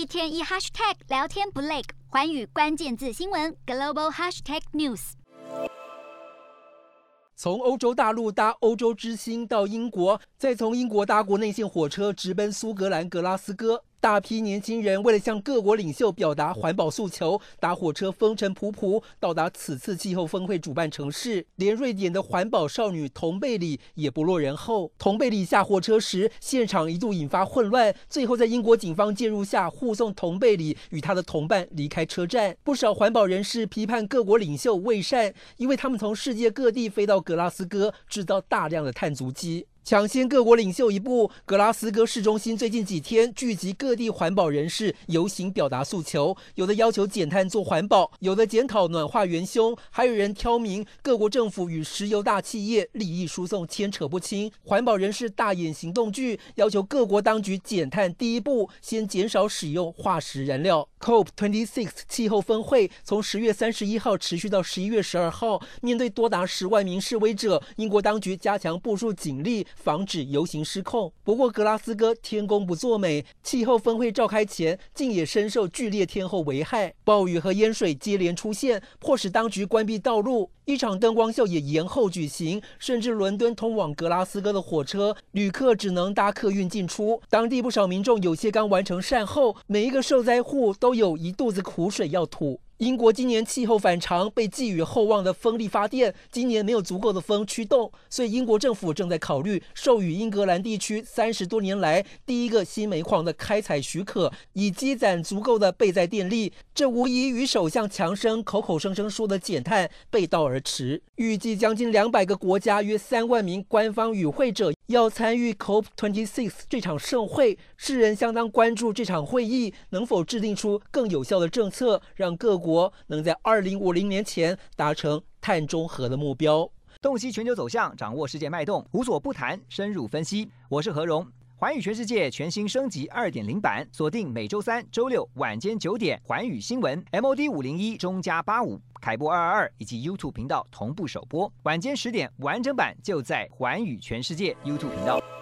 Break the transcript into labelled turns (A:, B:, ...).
A: 天一 hashtag 聊天不累，寰宇关键字新闻 global hashtag news。
B: 从欧洲大陆搭欧洲之星到英国，再从英国搭国内线火车直奔苏格兰格拉斯哥。大批年轻人为了向各国领袖表达环保诉求，搭火车风尘仆仆到达此次气候峰会主办城市。连瑞典的环保少女童贝里也不落人后。童贝里下火车时，现场一度引发混乱，最后在英国警方介入下护送童贝里与他的同伴离开车站。不少环保人士批判各国领袖伪善，因为他们从世界各地飞到格拉斯哥，制造大量的碳足迹。抢先各国领袖一步，格拉斯哥市中心最近几天聚集各地环保人士游行表达诉求，有的要求减碳做环保，有的检讨暖化元凶，还有人挑明各国政府与石油大企业利益输送牵扯不清。环保人士大演行动剧，要求各国当局减碳第一步先减少使用化石燃料。COP26 气候峰会从10月31号持续到11月12号，面对多达10万名示威者，英国当局加强部署警力，防止游行失控。不过格拉斯哥天公不作美，气候峰会召开前竟也深受剧烈天候危害，暴雨和淹水接连出现，迫使当局关闭道路。一场灯光秀也延后举行，甚至伦敦通往格拉斯哥的火车，旅客只能搭客运进出。当地不少民众有些刚完成善后，每一个受灾户都有一肚子苦水要吐。英国今年气候反常，被寄予厚望的风力发电今年没有足够的风驱动，所以英国政府正在考虑授予英格兰地区30多年来第一个新煤矿的开采许可，以积攒足够的备载电力。这无疑与首相强生口口声声说的减碳背道而驰。预计将近200个国家约3万名官方与会者要参与 COP26 这场盛会，世人相当关注这场会议能否制定出更有效的政策，让各国能在2050年前达成碳中和的目标。
C: 洞悉全球走向，掌握世界脉动，无所不谈，深入分析。我是何荣。寰宇全世界全新升级2.0版，锁定每周3、周6晚间9点，寰宇新闻 MOD 501中加85凯播222以及 YouTube 频道同步首播。晚间10点完整版就在寰宇全世界 YouTube 频道。